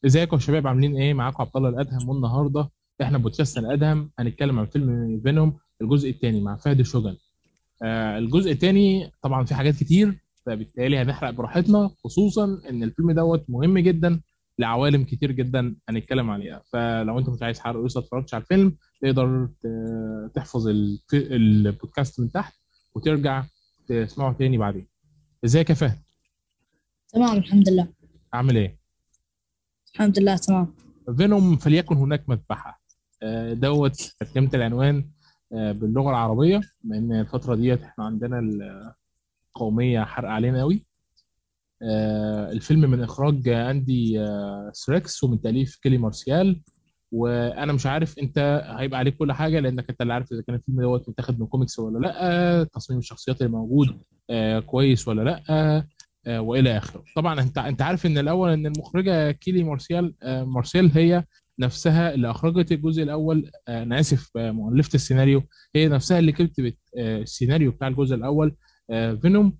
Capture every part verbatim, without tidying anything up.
ازيكم يا شباب؟ عاملين ايه؟ معاكم عبد الله الادهم، والنهارده احنا بودكاست الادهم هنتكلم عن فيلم فينوم الجزء الثاني مع فهد شوجن. آه الجزء الثاني طبعا في حاجات كتير، فبالتالي هنحرق براحتنا، خصوصا ان الفيلم دوت مهم جدا لعوالم كتير جدا هنتكلم عليها. فلو انت مش عايز حرق ولسه ما اتفرجتش على الفيلم، تقدر ت- تحفظ الف- البودكاست من تحت وترجع تسمعه تاني بعدين. ازيك يا فهد؟ تمام، الحمد لله. عامل ايه؟ الحمد لله تمام. فينوم فليكن هناك مذبحة. آه، دوت ترجمة العنوان آه، باللغة العربية، لأن الفترة ديت احنا عندنا القومية حرق علينا قوي. آه، الفيلم من إخراج أندي آه، سريكس ومن تأليف كيلي مارسيال. وأنا مش عارف أنت هيبقى عليك كل حاجة، لأنك أنت اللي عارف إذا كان الفيلم دوت متاخد من كوميكس ولا لأ، تصميم الشخصيات اللي موجود آه، كويس ولا لأ، آه، والى اخره. طبعا انت انت عارف ان الاول ان المخرجه كيلي مارسيال آه، مارسيل هي نفسها اللي اخرجت الجزء الاول. آه، انا اسف، آه، مؤلفه السيناريو هي نفسها اللي كتبت آه، السيناريو بتاع الجزء الاول، آه، فينوم.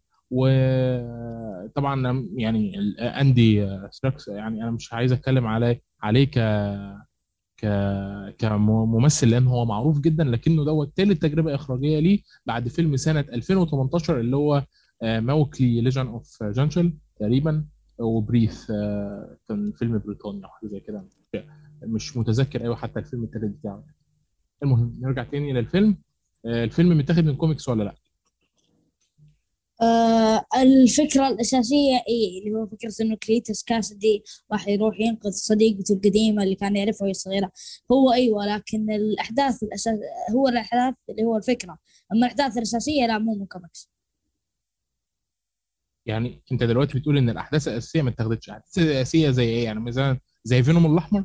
وطبعا يعني ال- اندي آه، سراكس، يعني انا مش عايز اتكلم عليه عليه ك ك كممثل، لان هو معروف جدا، لكنه دوت تالت تجربه اخراجيه ليه بعد فيلم سنه ألفين وتمنتاشر اللي هو موكلي ليجن اوف جانشل تقريبا، وبريث. آه، كان فيلم بريطاني او حاجه زي كده، مش مش متذكر قوي حتى الفيلم التالت بتاعه. المهم نرجع تاني للفيلم. آه، الفيلم متاخد من كوميكس ولا لا؟ آه الفكرة الأساسية إيه اللي هو فكرة إنه كليتس كاسدي راح يروح ينقذ صديقته القديمة اللي كان يعرفها وهي صغيرة. هو أيوة، لكن الأحداث الأساس هو الأحداث اللي هو الفكرة. أما الأحداث الأساسية لا، مو من كوميكس. يعني انت دلوقتي بتقول ان الاحداث الاساسيه ما اتاخدتش. الاحداث الاساسيه زي ايه؟ يعني مثلا زي فينوم الاحمر؟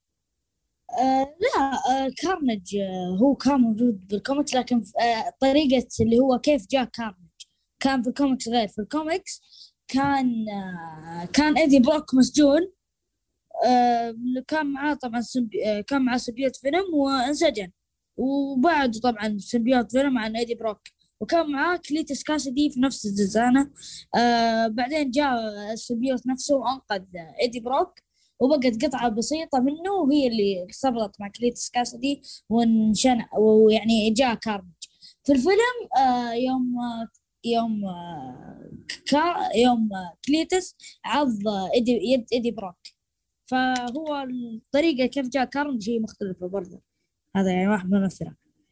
آه لا. آه كارنج، آه هو كان موجود بالكوميكس، لكن آه طريقة اللي هو كيف جاء كارنج كان في الكوميكس غير. في الكوميكس كان آه كان إيدي بروك مسجون. آه، كان معاه طبعا سمبي... آه، كان معاه سمبيوت فيلم وانسجن. وبعد طبعا سمبيوت فيلم عن ايدي بروك، وكان معاه كليتس كاسدي في نفس الزنزانة. آه بعدين جاء السمبيوت نفسه وانقذ ايدي بروك، وبقت قطعة بسيطة منه وهي اللي ارتبطت مع كليتس كاسدي وانشنع، ويعني جاء كارنج في الفيلم. آه يوم يوم آه كا يوم آه، كليتس عض ايدي يد ايدي بروك. فهو الطريقة كيف جاء كارل شيء مختلفة برضه. هذا يعني واحد من الأمثلة.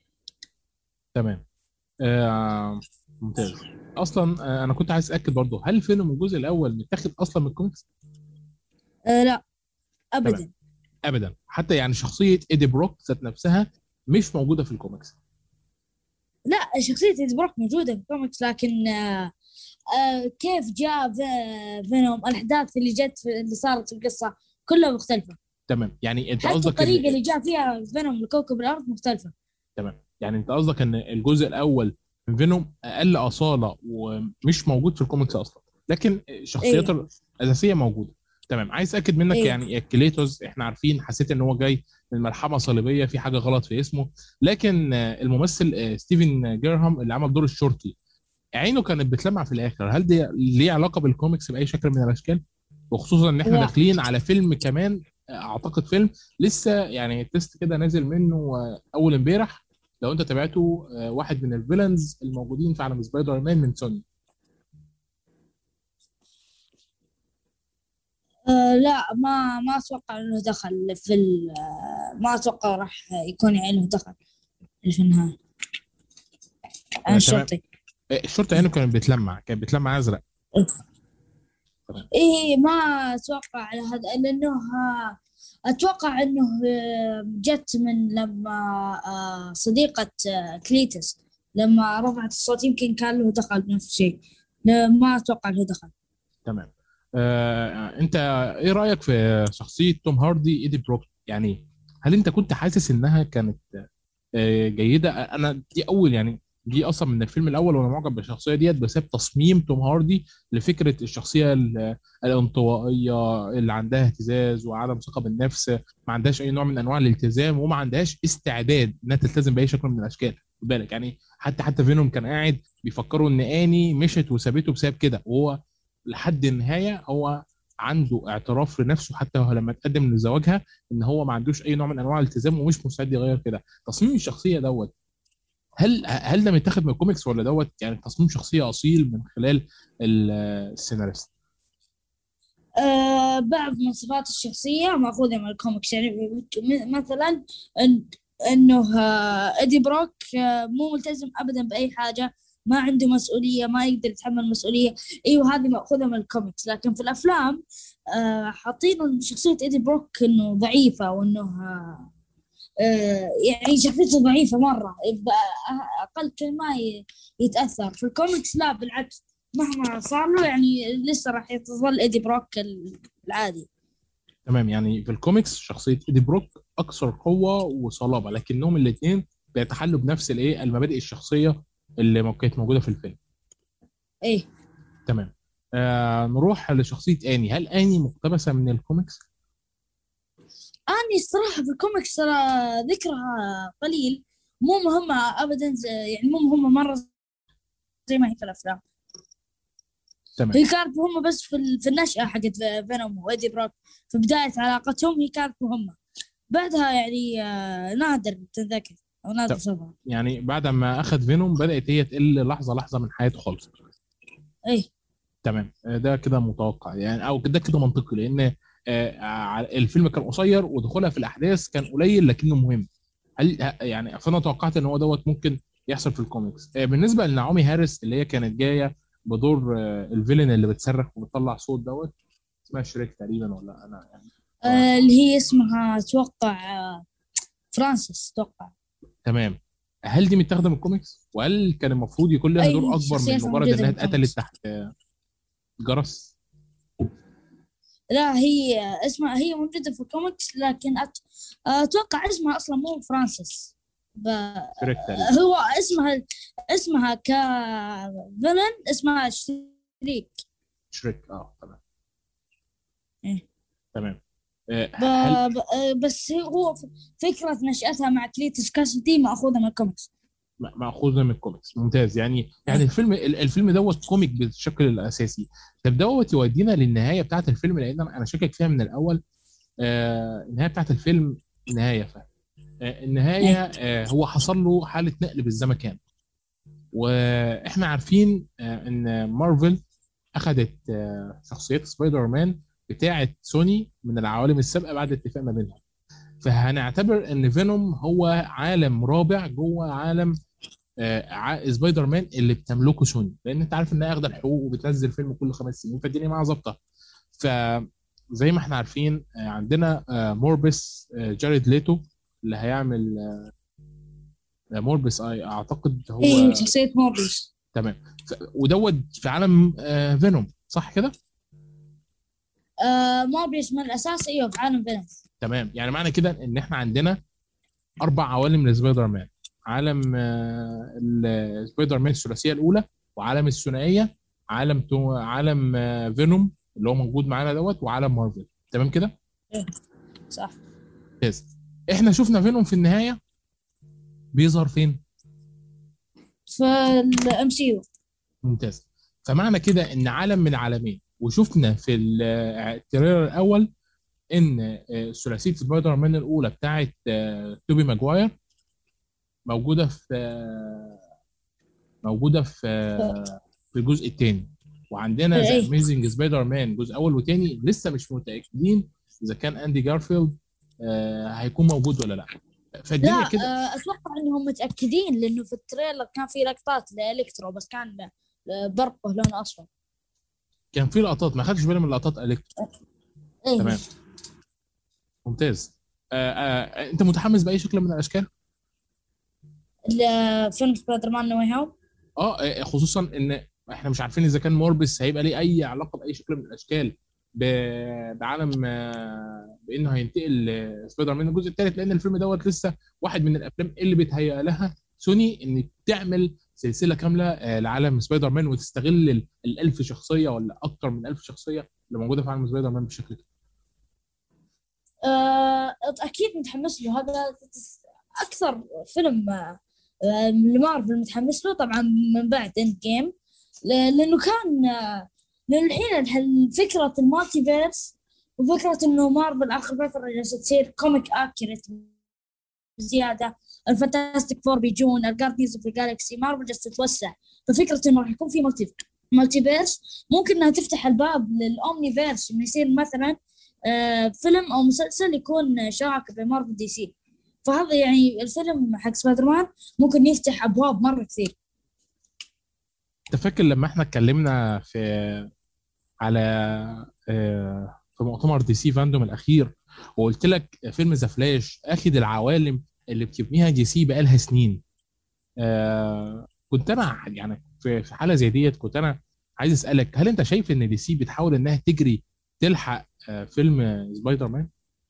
تمام. آه ممتاز. اصلا آه انا كنت عايز اتاكد برضه، هل فيلم الجزء الاول متاخد اصلا من الكوميكس؟ أه لا، تمام. أبدا. ابدا، حتى يعني شخصيه ايدي بروك ذات نفسها مش موجوده في الكوميكس. لا، شخصية إيدي بروك موجودة في الكوميكس، لكن أه أه كيف جاء في- فينوم الأحداث اللي جت في اللي صارت في القصة كلها مختلفة. تمام، يعني انت حتى قصدك ان الطريقة اللي جاء فيها فينوم لكوكب الأرض مختلفة. تمام، يعني انت قصدك ان الجزء الاول من فينوم اقل اصاله ومش موجود في الكوميكس اصلا، لكن الشخصيات أيوه. الاساسيه موجوده. تمام، عايز اتاكد منك. أيوه. يعني كليتوس احنا عارفين، حسيت ان هو جاي من ملحمه صليبيه، في حاجه غلط في اسمه. لكن آه، الممثل آه، ستيفن جيرهام اللي عمل دور الشرطي، عينه كانت بتلمع في الاخر. هل دي ليه علاقه بالكوميكس باي شكل من الاشكال؟ وخصوصا ان احنا لا. داخلين على فيلم كمان، اعتقد فيلم لسه يعني تيست كده نازل منه آه، اول امبارح. لو انت تابعته، آه، واحد من الفيلنز الموجودين في عالم سبايدر مان من سوني. أه لا، ما ما أتوقع إنه دخل في ال- آه، ما أتوقع راح يكون يعني له دخل في النهاية عن آه، تمام. الشرطي. آه، الشرطه عينه كانت بتلمع، كانت بتلمع ازرق. تمام. إيه، ما أتوقع على هذا لأنه آه، أتوقع أنه آه، جت من لما آه، صديقة آه، كليتس لما رفعت الصوت، يمكن كان له دخل بنفس الشيء. لا، ما أتوقع له دخل. تمام. آه، انت ايه رايك في شخصيه توم هاردي ايدي بروك؟ يعني هل انت كنت حاسس انها كانت آه، جيده؟ انا دي اول يعني دي اصلا من الفيلم الاول وانا معجب بالشخصيه ديت بسبب تصميم توم هاردي لفكره الشخصيه ال- الانطوائيه اللي عندها اهتزاز وعدم ثقه بالنفس، ما عندهاش اي نوع من انواع الالتزام، وما عندهاش استعداد انها تلتزم باي شكل من الاشكال. خد بالك، يعني حتى حتى فينوم كان قاعد بيفكروا ان اني مشت وسابته بسبب كده، وهو لحد النهايه هو عنده اعتراف لنفسه حتى هو لما تقدم لزواجها ان هو ما عندوش اي نوع من انواع الالتزام ومش مستعد يغير كده. تصميم الشخصيه دوت، هل هل ده متاخد من الكوميكس ولا دوت يعني تصميم شخصيه اصيل من خلال ال- السيناريست؟ آه بعض من صفات الشخصية مأخوذة من الكوميكس، يعني م- مثلا إن إنه آه إيدي بروك آه مو ملتزم أبدا بأي حاجة، ما عنده مسؤولية، ما يقدر يتحمل مسؤولية. أيوة هذه مأخوذة من الكوميكس، لكن في الأفلام آه حاطين شخصية إيدي بروك إنه ضعيفة، وإنه آه آه يعني شخصيته ضعيفة مرة، يبقى أقل كلمة ي- يتأثر. في الكوميكس لا، بالعكس، مهما صار له يعني لسه راح يظل إيدي بروك العادي. تمام، يعني في الكوميكس شخصيه ايدي بروك اكثر قوه وصلابه، لكنهم الاثنين بيتحلوا بنفس الايه المبادئ الشخصيه اللي مو- كانت موجوده في الفيلم. إيه. تمام. آه نروح لشخصيه اني. هل اني مقتبسه من الكوميكس؟ أني الصراحة في الكوميكس ترى ذكرها قليل، مو مهمة أبدا، ز- يعني مو مهمة مرة زي ما هي في الأفلام. تمام. هي كانت مهمة بس في ال- في النشأة حقت فينوم وإيدي بروك، في بداية علاقتهم هي كانت مهمة، بعدها يعني آه، نادر تنذكر أو نادر طب تظهر. يعني بعد ما اخذ فينوم بدات هي تقل لحظه لحظه من حياته خالص. إيه. تمام. آه، ده كده متوقع يعني، او ده كده منطقي، لان آه، ع- الفيلم كان قصير ودخولها في الاحداث كان قليل لكنه مهم. هل ه- يعني فانا توقعت ان هو دوت ممكن يحصل في الكوميكس. آه، بالنسبه لنعومي هاريس اللي هي كانت جايه بدور آه، الفيلن اللي بتصرخ وبتطلع صوت دوت، اسمها شريك تقريبا ولا انا يعني. آه، آه، اللي هي اسمها أتوقع آه، فرانسيس أتوقع. تمام. هل دي متاخده من الكوميكس وهل كان المفروض يكون لها أي دور اكبر من شخصيتها مجرد موجودة انها في اتقتلت الكوميكس. تحت آه، جرس؟ لا، هي اسمها هي موجودة في الكوميكس، لكن أت... أتوقع اسمها أصلا مو فرانسيس. ب... شريك تقريبا. هو اسمها اسمها كفيلن اسمها شريك. شريك، اه تمام. إيه. تمام. آه، ب... هل ب... بس هو ف- فكرة نشأتها مع كليتوس كاسدي مأخوذة من الكوميكس. م- مأخوذة من الكوميكس. ممتاز. يعني يعني إيه. الفيلم ال- الفيلم دوت كوميك بالشكل الأساسي. طب دوت يودينا للنهاية بتاعت الفيلم، لأن أنا أنا شاكك فيها من الأول. آه النهاية بتاعت الفيلم نهاية فعلا. آه النهاية إيه. آه هو حصل له حالة نقل بالزمكان. وإحنا عارفين آه إن مارفل أخذت آه شخصيات سبايدر مان بتاعت سوني من العوالم السابقة بعد اتفاق ما بينهم. فهنعتبر ان فينوم هو عالم رابع جوه عالم آه، ع- سبايدر مان اللي بتملكه سوني، لان انت عارف انها اخده الحقوق وبتنزل فيلم كل خمس سنين، فالدنيا معاها ظابطه. فزي ما احنا عارفين آه، عندنا آه، موربس آه، جاريد ليتو اللي هيعمل آه، موربس آه، اعتقد إيه هو. شخصية موربيس. تمام. ف- ودوت في عالم آه، فينوم، صح كده؟ آه موربيس من الأساس، أيوه في عالم فيلم. تمام. يعني معنى كده ان احنا عندنا اربع عوالم لسبايدر مان: عالم آه، ال- سبايدر مان الثلاثيه الاولى، وعالم الثنائيه، عالم تو... عالم آه، فينوم اللي هو موجود معانا دوت، وعالم مارفل. تمام كده؟ إيه. صح. ممتاز. احنا شفنا فينوم في النهايه بيظهر فين؟ في الام سي يو. ممتاز. فمعنى كده ان عالم من عالمين، وشفنا في ال- آه، التريلر الاول ان آه، ثلاثيه سبايدر مان الاولى بتاعت آه، توبي ماجواير موجوده في آه، موجوده في آه، في الجزء الثاني. وعندنا ذا إيه. اميزنج سبايدر مان جزء اول وثاني لسه مش متاكدين اذا كان اندي جارفيلد آه هيكون موجود ولا لا. لا، فالدنيا كده. آه، اتوقع انهم متاكدين، لانه في التريلر كان في لقطات لالكترو، بس كان آه، برقه لون اصفر. كان في لقطات ما خدتش بالي من لقطات الكترو. ايه. تمام. ممتاز. آه آه انت متحمس باي شكل من الاشكال؟ ال- فيلم سبايدر مان نو واي هوم. اه آه، خصوصا ان احنا مش عارفين اذا كان موربس هيبقى ليه اي علاقه باي شكل من الاشكال ب- بعالم آه، بانه هينتقل لسبايدر مان الجزء الثالث، لان الفيلم دوت لسه واحد من الافلام اللي بتهيأ لها سوني ان تعمل سلسله كامله آه، لعالم سبايدر مان وتستغل ال- الالف شخصيه ولا اكتر من الف شخصيه اللي موجوده في عالم سبايدر مان بشكل كده. آه، اكيد متحمس له، هذا اكثر فيلم آه، لمارفل متحمس له طبعا من بعد اند جيم، لانه كان آه، لأن الحين الحل- فكرة المالتيفيرس وفكرة إنه مارفل آخر فترة جالسة تصير كوميك أكيرت بزيادة. الفانتاستيك فور بيجون، الجاردينز اوف الجالكسي، مارفل جالسة تتوسع. ففكرة إنه راح يكون في مالتي مالتيفيرس ممكن إنها تفتح الباب للأومنيفيرس، إنه يصير مثلا آه فيلم أو مسلسل يكون شراكة بين مارفل دي سي. فهذا يعني الفيلم حق سبايدر مان ممكن يفتح أبواب مرة كثير. انت فاكر لما احنا اتكلمنا في على آه، في مؤتمر دي سي فاندوم الاخير، وقلت لك فيلم ذا فلاش اخد العوالم اللي بتبنيها دي سي بقالها سنين. آه، كنت انا يعني في في حاله زي ديت كنت انا عايز اسالك، هل انت شايف ان دي سي بتحاول انها تجري تلحق آه، فيلم سبايدر مان؟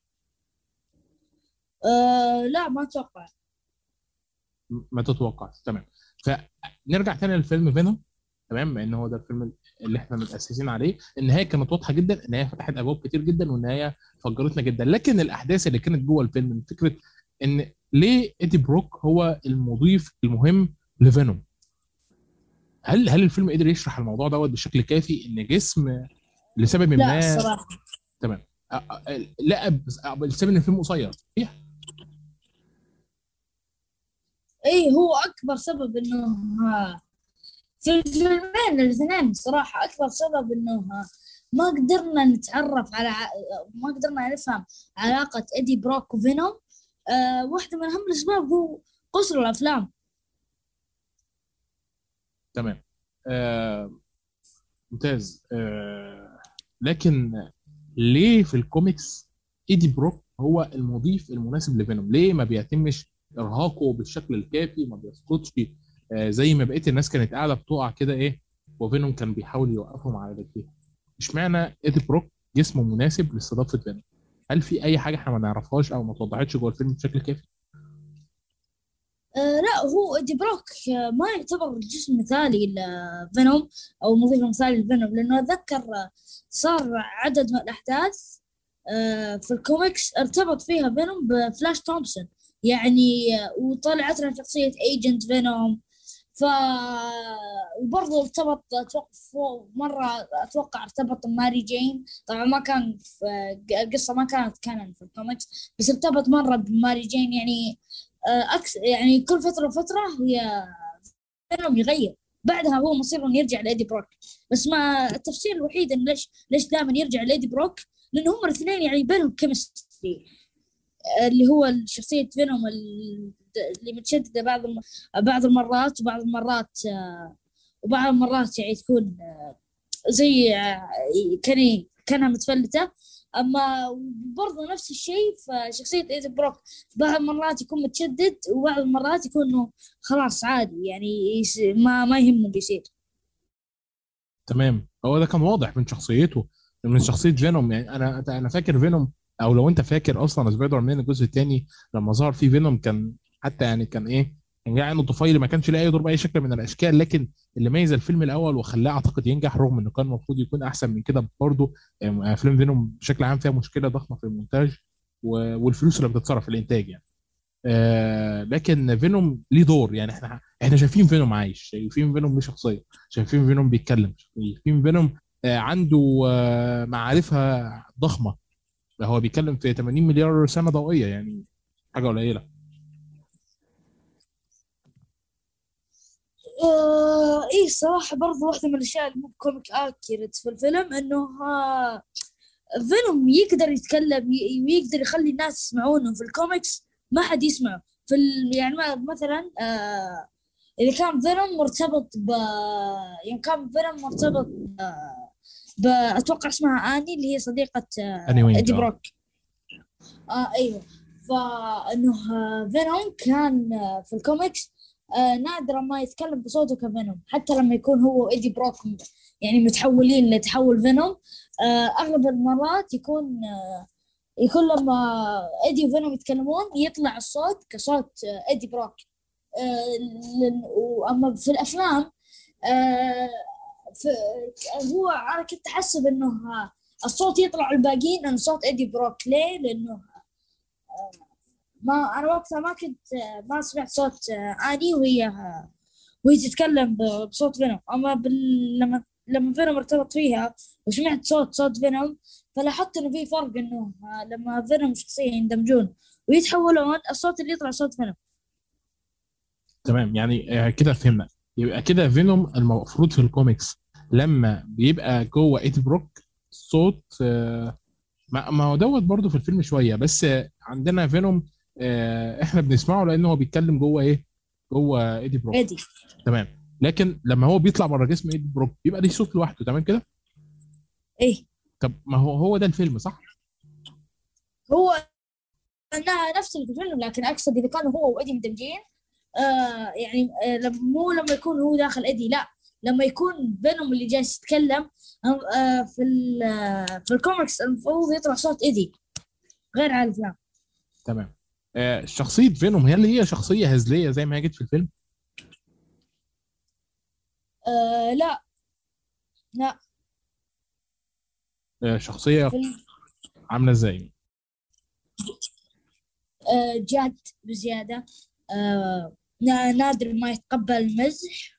آه لا، ما أتوقع. ما تتوقعش. تمام. فنرجع تاني للفيلم فينوم. تمام، لان هو ده الفيلم اللي احنا متاسسين عليه. النهايه كانت واضحه جدا، النهايه فتحت ابواب كتير جدا، والنهايه فجرتنا جدا. لكن الاحداث اللي كانت جوه الفيلم من فكره ان ليه ايدي بروك هو المضيف المهم لفينوم. هل هل الفيلم قدر يشرح الموضوع دوت بشكل كافي ان جسم لسبب لا ما. الصراحة. تمام. أ- أ- لا بس- أ- لسبب ان الفيلم قصير. اي، هو اكبر سبب انه ها، في الفيلمين الاثنين صراحة اكبر سبب انه ها ما قدرنا نتعرف على ع- ما قدرنا نفهم علاقة ايدي بروك وفينوم. آه واحدة من اهم الاسباب هو قصر الافلام. تمام. آه ممتاز. آه لكن ليه في الكوميكس ايدي بروك هو المضيف المناسب لفينوم؟ ليه ما بيتمش ارهاقه بالشكل الكافي، ما بيسقطش آه زي ما بقيه الناس كانت قاعده بتقع كده ايه، وفينوم كان بيحاول يوقفهم على رجليهم؟ اشمعنى ايدي بروك جسمه مناسب لاستضافه فينوم؟ هل في اي حاجه احنا ما نعرفهاش او ما توضحتش جوه الفيلم بشكل كافي؟ آه لا، هو ايدي بروك آه ما يعتبر جسم مثالي لفينوم او مضيف مثالي لفينوم، لانه اتذكر آه، صار عدد من الاحداث آه، في الكوميكس ارتبط فيها فينوم بفلاش تومسون. يعني آه، وطلعت لنا شخصية ايجنت فينوم. ف وبرضه ارتبط اتوقع مرة، اتوقع ارتبط بماري جين. طبعا ما كان في القصة، ما كانت كانن في الكوميكس، بس ارتبط مرة بماري جين. يعني آه، أكس يعني كل فترة وفترة هي فينوم يغير. بعدها هو مصيره انه يرجع لايدي بروك. بس ما التفسير الوحيد انه ليش ليش دائما يرجع لايدي بروك، لان هم الاثنين يعني بينهم كيمستري، اللي هو شخصية فينوم ال- اللي متشددة بعض الم... بعض المرات، وبعض المرات آه، وبعض المرات يعني تكون آه، زي آه، كان كانها متفلتة. أما برضو نفس الشيء فشخصية إيدي بروك، بعض المرات يكون متشدد، وبعض المرات يكون إنه خلاص عادي، يعني يس... ما ما يهمه اللي يصير. تمام. هو ده كان واضح من شخصيته، من شخصيه فينوم. يعني انا انا فاكر فينوم، او لو انت فاكر اصلا سبايدر مان الجزء الثاني لما ظهر فيه فينوم، كان حتى يعني كان ايه، كان جاي عنده طفيلي، ما كانش له اي دور باي شكل من الاشكال. لكن اللي ميز الفيلم الاول وخلاه اعتقد ينجح رغم انه كان المفروض يكون احسن من كده برضه، يعني افلام فينوم بشكل عام فيها مشكله ضخمه في المونتاج و- والفلوس اللي بتتصرف في الانتاج يعني. آه لكن فينوم ليه دور. يعني احنا احنا شايفين فينوم عايش، شايفين فينوم ليه شخصيه، شايفين فينوم بيتكلم، شايفين فينوم آه عنده آه معارفها ضخمه. هو بيتكلم في ثمانين مليار سنه ضوئيه، يعني حاجه قليله. آه إيه صراحة برضو واحدة من الأشياء اللي مو كوميك أكيرت في الفيلم إنه آه فينوم يقدر يتكلم، ي- ويقدر يخلي الناس يسمعونه. في الكوميكس ما حد يسمعه. في ال... يعني ما- مثلا آه إذا كان فينوم مرتبط ب يعني كان فينوم مرتبط ب... ب... أتوقع اسمها آني، اللي هي صديقة اني آه وينج، إيدي اه. بروك. آه أيوه. فإنه آه فينوم كان آه في الكوميكس آه نادرا ما يتكلم بصوته كفينوم، حتى لما يكون هو وإيدي بروك يعني متحولين لتحول فينوم. آه أغلب المرات يكون آه يكون لما ايدي وفينوم يتكلمون يطلع الصوت كصوت آه، ايدي بروك. آه، لن- واما في الافلام آه، في هو انا كنت احسب انه آه، الصوت يطلع الباقيين انه صوت ايدي بروك. ليه؟ لانه ما انا وقتها ما كنت آه، ما سمعت صوت آه، اني وهي آه، وهي تتكلم ب- بصوت فينوم. اما بال... لما لما فينوم ارتبط فيها وسمعت صوت صوت فينوم، فلاحظت إنه في فرق، إنه آه، لما فينوم وشخصية يندمجون ويتحولون الصوت اللي يطلع صوت فينوم. تمام، يعني آه، كده فهمنا. يبقى كده فينوم المفروض في الكوميكس لما بيبقى جوه ايدي بروك صوت آه، ما ما هو دوت برضه في الفيلم شويه، بس آه، عندنا فينوم آه، احنا بنسمعه لانه هو بيتكلم جوه ايه، جوه ايدي بروك. عادي. تمام. لكن لما هو بيطلع بره جسم ايدي بروك بيبقى ليه صوت لوحده، تمام كده. إيه. طب ما هو هو ده الفيلم صح؟ هو أنا نفس اللي في الفيلم، لكن أقصد إذا كانوا هو وإيدي مندمجين، آه يعني آه لما مو لما يكون هو داخل إيدي، لا، لما يكون بينهم اللي جالس يتكلم. آه في ال- آه في الكوميكس المفروض يطلع صوت إيدي غير على الأفلام. تمام. آه، شخصيه فينوم هي اللي هي شخصيه هزليه زي ما هي جت في الفيلم؟ آه لا. لا. آه، شخصيه في ال- عامله ازاي؟ آه جاد بزيادة. آه نا- نادر ما يتقبل المزح،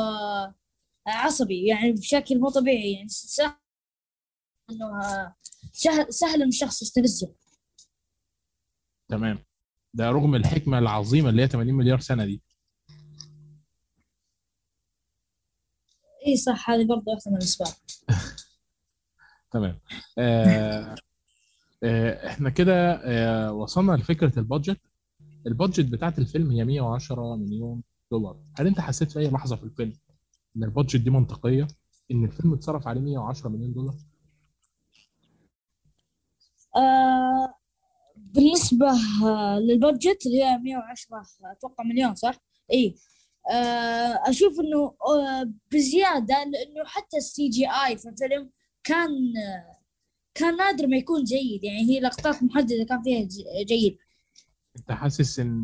وعصبي يعني بشكل مو طبيعي، يعني سهل إنه آه، سهل سهل إن الشخص يستفزه. تمام. ده رغم الحكمه العظيمه اللي هي ثمانين مليار سنه دي. اي صح، هذه برضه واحدة من الأسباب. تمام. آه آه احنا كده آه وصلنا لفكره البادجت. البادجت بتاعت الفيلم هي مية وعشرة مليون دولار. هل انت حسيت في اي لحظه في الفيلم ان البادجت دي منطقيه، ان الفيلم اتصرف عليه مية وعشرة مليون دولار؟ آه بالنسبة آه، للبادجت اللي هي مية وعشرة أتوقع مليون، صح؟ إي. آه أشوف إنه آه بزيادة، لأنه حتى السي جي آي في الفيلم كان آه كان نادر ما يكون جيد، يعني هي لقطات محددة كان فيها ج- جيد. انت حاسس ان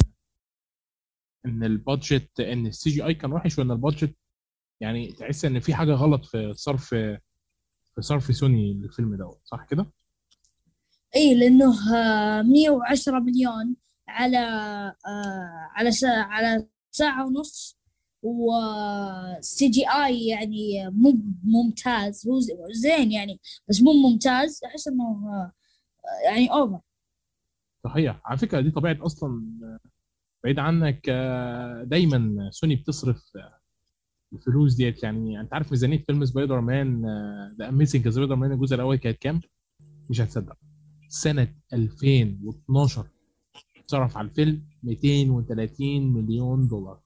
ان البادجت، ان السي جي اي كان وحش، وان البادجت يعني تحس ان في حاجه غلط في صرف في صرف سوني للفيلم دوت، صح كده؟ إي، لأنه آه مية وعشرة مليون على آه على ساعة على ساعة ونص، وسي جي اي يعني مو ممتاز، هو ز- زين يعني، بس مو ممتاز. احس انه آه، يعني اوفر. صحيح. على فكره دي طبيعه اصلا، بعيد عنك، آه، دايما سوني بتصرف الفلوس ديت. يعني انت عارف ميزانيه فيلم سبايدر مان ذا اميزنج سبايدر مان الجزء الاول كانت كام؟ مش هتصدق، سنه ألفين واثناشر صرف على الفيلم مئتين وثلاثين مليون دولار.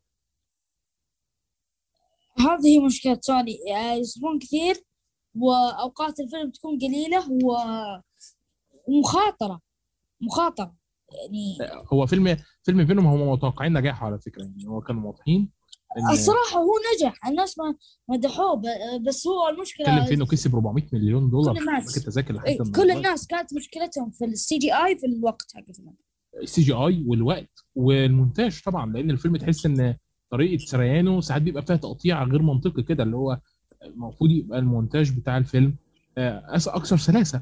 هذه هي مشكلة سوني، يعني يصرفون كثير واوقات الفيلم تكون قليلة و- ومخاطرة مخاطرة يعني. هو فيلم فيلم فينوم هم متوقعين نجاحه على فكره، يعني هو كانوا واضحين ان الصراحة هو نجح، الناس ما مدحوه، ب- بس هو اتكلم المشكلة فيه انه كسب أربعمية مليون كل دولار في شباك الناس التذاكر لحد إيه، كل النهارده. الناس كانت مشكلتهم في السي جي اي في الوقت حق الفيلم. السي جي اي والوقت والمونتاج طبعا، لان الفيلم تحس ان طريقه سريانه ساعات بيبقى فيها تقطيع غير منطقي كده، اللي هو المفروض يبقى المونتاج بتاع الفيلم آه، أس- اكثر سلاسه.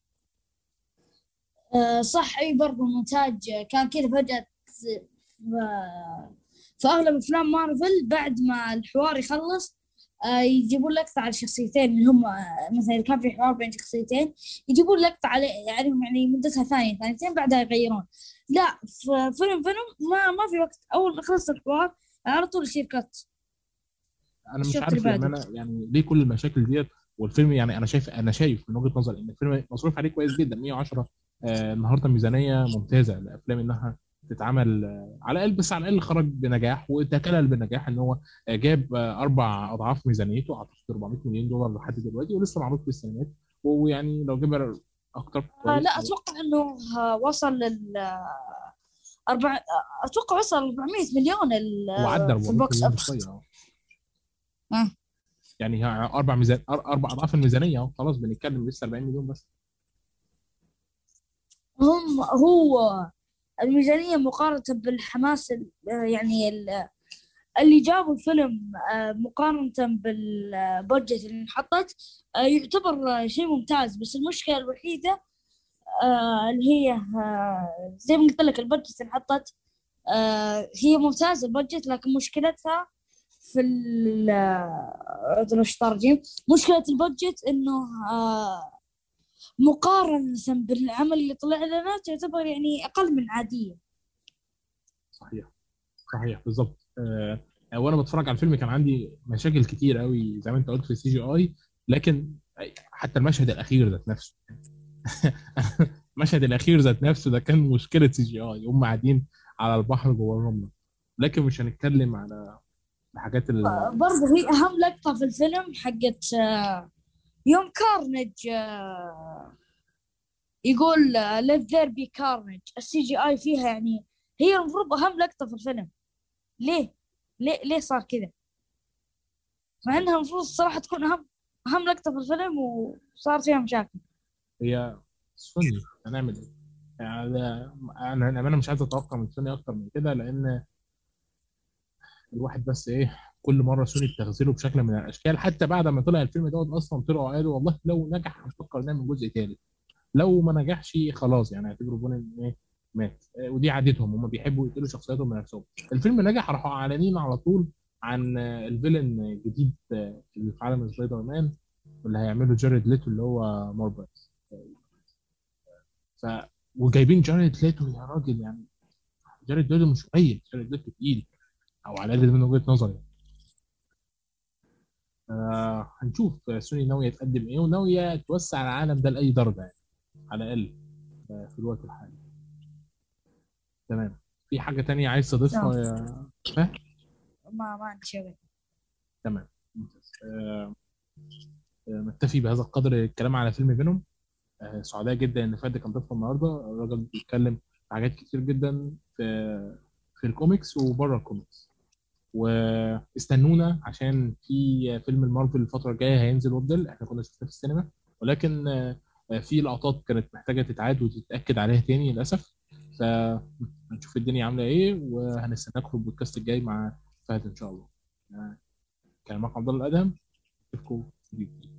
آه صح، اي برضه المونتاج كان كذا فجأة. آه، في اغلب افلام مارفل بعد ما الحوار يخلص آه يجيبون لقطة على الشخصيتين اللي هم آه، مثلا كان في حوار بين شخصيتين، يجيبون لقطة على يعني يعني مدتها ثانية ثانيتين بعدها يغيرون. لا، في فيلم فيلم ما ما في وقت، اول ما خلص الحوار على طول يصير كات انا مش الشوط اللي عارف بعده. للامانه يعني ليه كل المشاكل ديت. والفيلم يعني انا شايف انا شايف من وجهه نظري ان الفيلم مصروف عليه كويس جدا. مية وعشرة آه، النهارده ميزانيه ممتازه لافلام انها تتعمل آه، على الاقل، بس على الاقل خرج بنجاح وتكلل بنجاح ان هو آه، جاب آه، اربع اضعاف ميزانيته، اعتقد أربعمية مليون دولار لحد دلوقتي، ولسه معروض في السينمات. ويعني لو جاب اكتر آه كويس. لا، اتوقع انه آه، وصل لل أربع اتوقع وصل أربعمية مليون ال- هو عدى آه، في أربعمية البوكس مليون اوفيس. بشويه اهو. آه. يعني ها- اربع ميزان أر- اربع اضعاف الميزانيه اهو، خلاص بنتكلم لسه أربعين مليون بس. هم هو الميزانية مقارنة بالحماس ال- آه، يعني ال- اللي جابوا الفيلم آه، مقارنة بالبودجت اللي انحطت، آه، يعتبر آه، شيء ممتاز. بس المشكلة الوحيدة آه، اللي هي آه، زي ما قلت لك البودجت اللي انحطت، آه، هي ممتازة البودجت، لكن مشكلتها في ال أدري وش ترجم. مشكلة البادجت إنه آه مقارنة بالعمل اللي طلع لنا تعتبر يعني أقل من عادية. صحيح صحيح بالظبط. آه، وانا بتفرج على الفيلم كان عندي مشاكل كتير قوي زي ما انت قلت في السي جي اي، لكن حتى المشهد الاخير ذات نفسه المشهد الاخير ذات نفسه ده كان مشكله سي جي اي، هم قاعدين على البحر جوه الرمله. لكن مش هنتكلم على الحاجات ال... برضه هي أهم لقطة في الفيلم حقت آه يوم كارنج آه يقول آه let there be carnage. السي جي آي فيها يعني هي المفروض أهم لقطة في الفيلم. ليه ليه ليه صار كذا مع انها المفروض الصراحه تكون اهم اهم لقطه في الفيلم وصار فيها مشاكل. هي سوني، هنعمل ايه؟ يعني انا انا مش عايز اتوقع من سوني اكتر من كده، لان الواحد بس ايه، كل مره سوني بتغزله بشكل من الاشكال. حتى بعد ما طلع الفيلم دوت اصلا طلعوا قالوا والله لو نجح هنفكر نعمل جزء ثالث، لو ما نجحش خلاص يعني اعتبروا بون ايه مات. آه، ودي عادتهم، هم بيحبوا يقتلوا شخصياتهم بنفسهم. الفيلم نجح راحوا اعلانين على طول عن آه، الفيلن الجديد آه، اللي في عالم سبايدر مان، واللي هيعمله جاريد ليتو اللي هو مورباس. ف وجايبين جاريد ليتو يا راجل، يعني جاريد ليتو مش قليل، جاريد ليتو تقيل، او على الاقل من وجهه نظري. آه هنشوف سوني ناويه تقدم ايه، وناويه توسع العالم ده لاي درجه يعني، على الاقل آه، في الوقت الحالي. تمام. في حاجه تانية عايز تضيفها يا فهد؟ ما ما عندي شيء. تمام ممتاز. آه آه، نكتفي بهذا القدر الكلام على فيلم فينوم. آه سعداء جدا ان فهد كان ضيفنا النهارده، الراجل بيتكلم في حاجات كتير جدا في في الكوميكس وبره الكوميكس. واستنونا عشان في فيلم المارفل الفترة الجاية هينزل وبدل، احنا كنا شفناه في السينما، ولكن آه، في لقطات كانت محتاجة تتعاد وتتأكد عليها تاني للأسف. فهنشوف الدنيا عاملة ايه، وهنستناكم في البودكاست الجاي مع فهد إن شاء الله. آه، كان معكم عبد الله الأدهم، أشوفكم في فيديو جديد.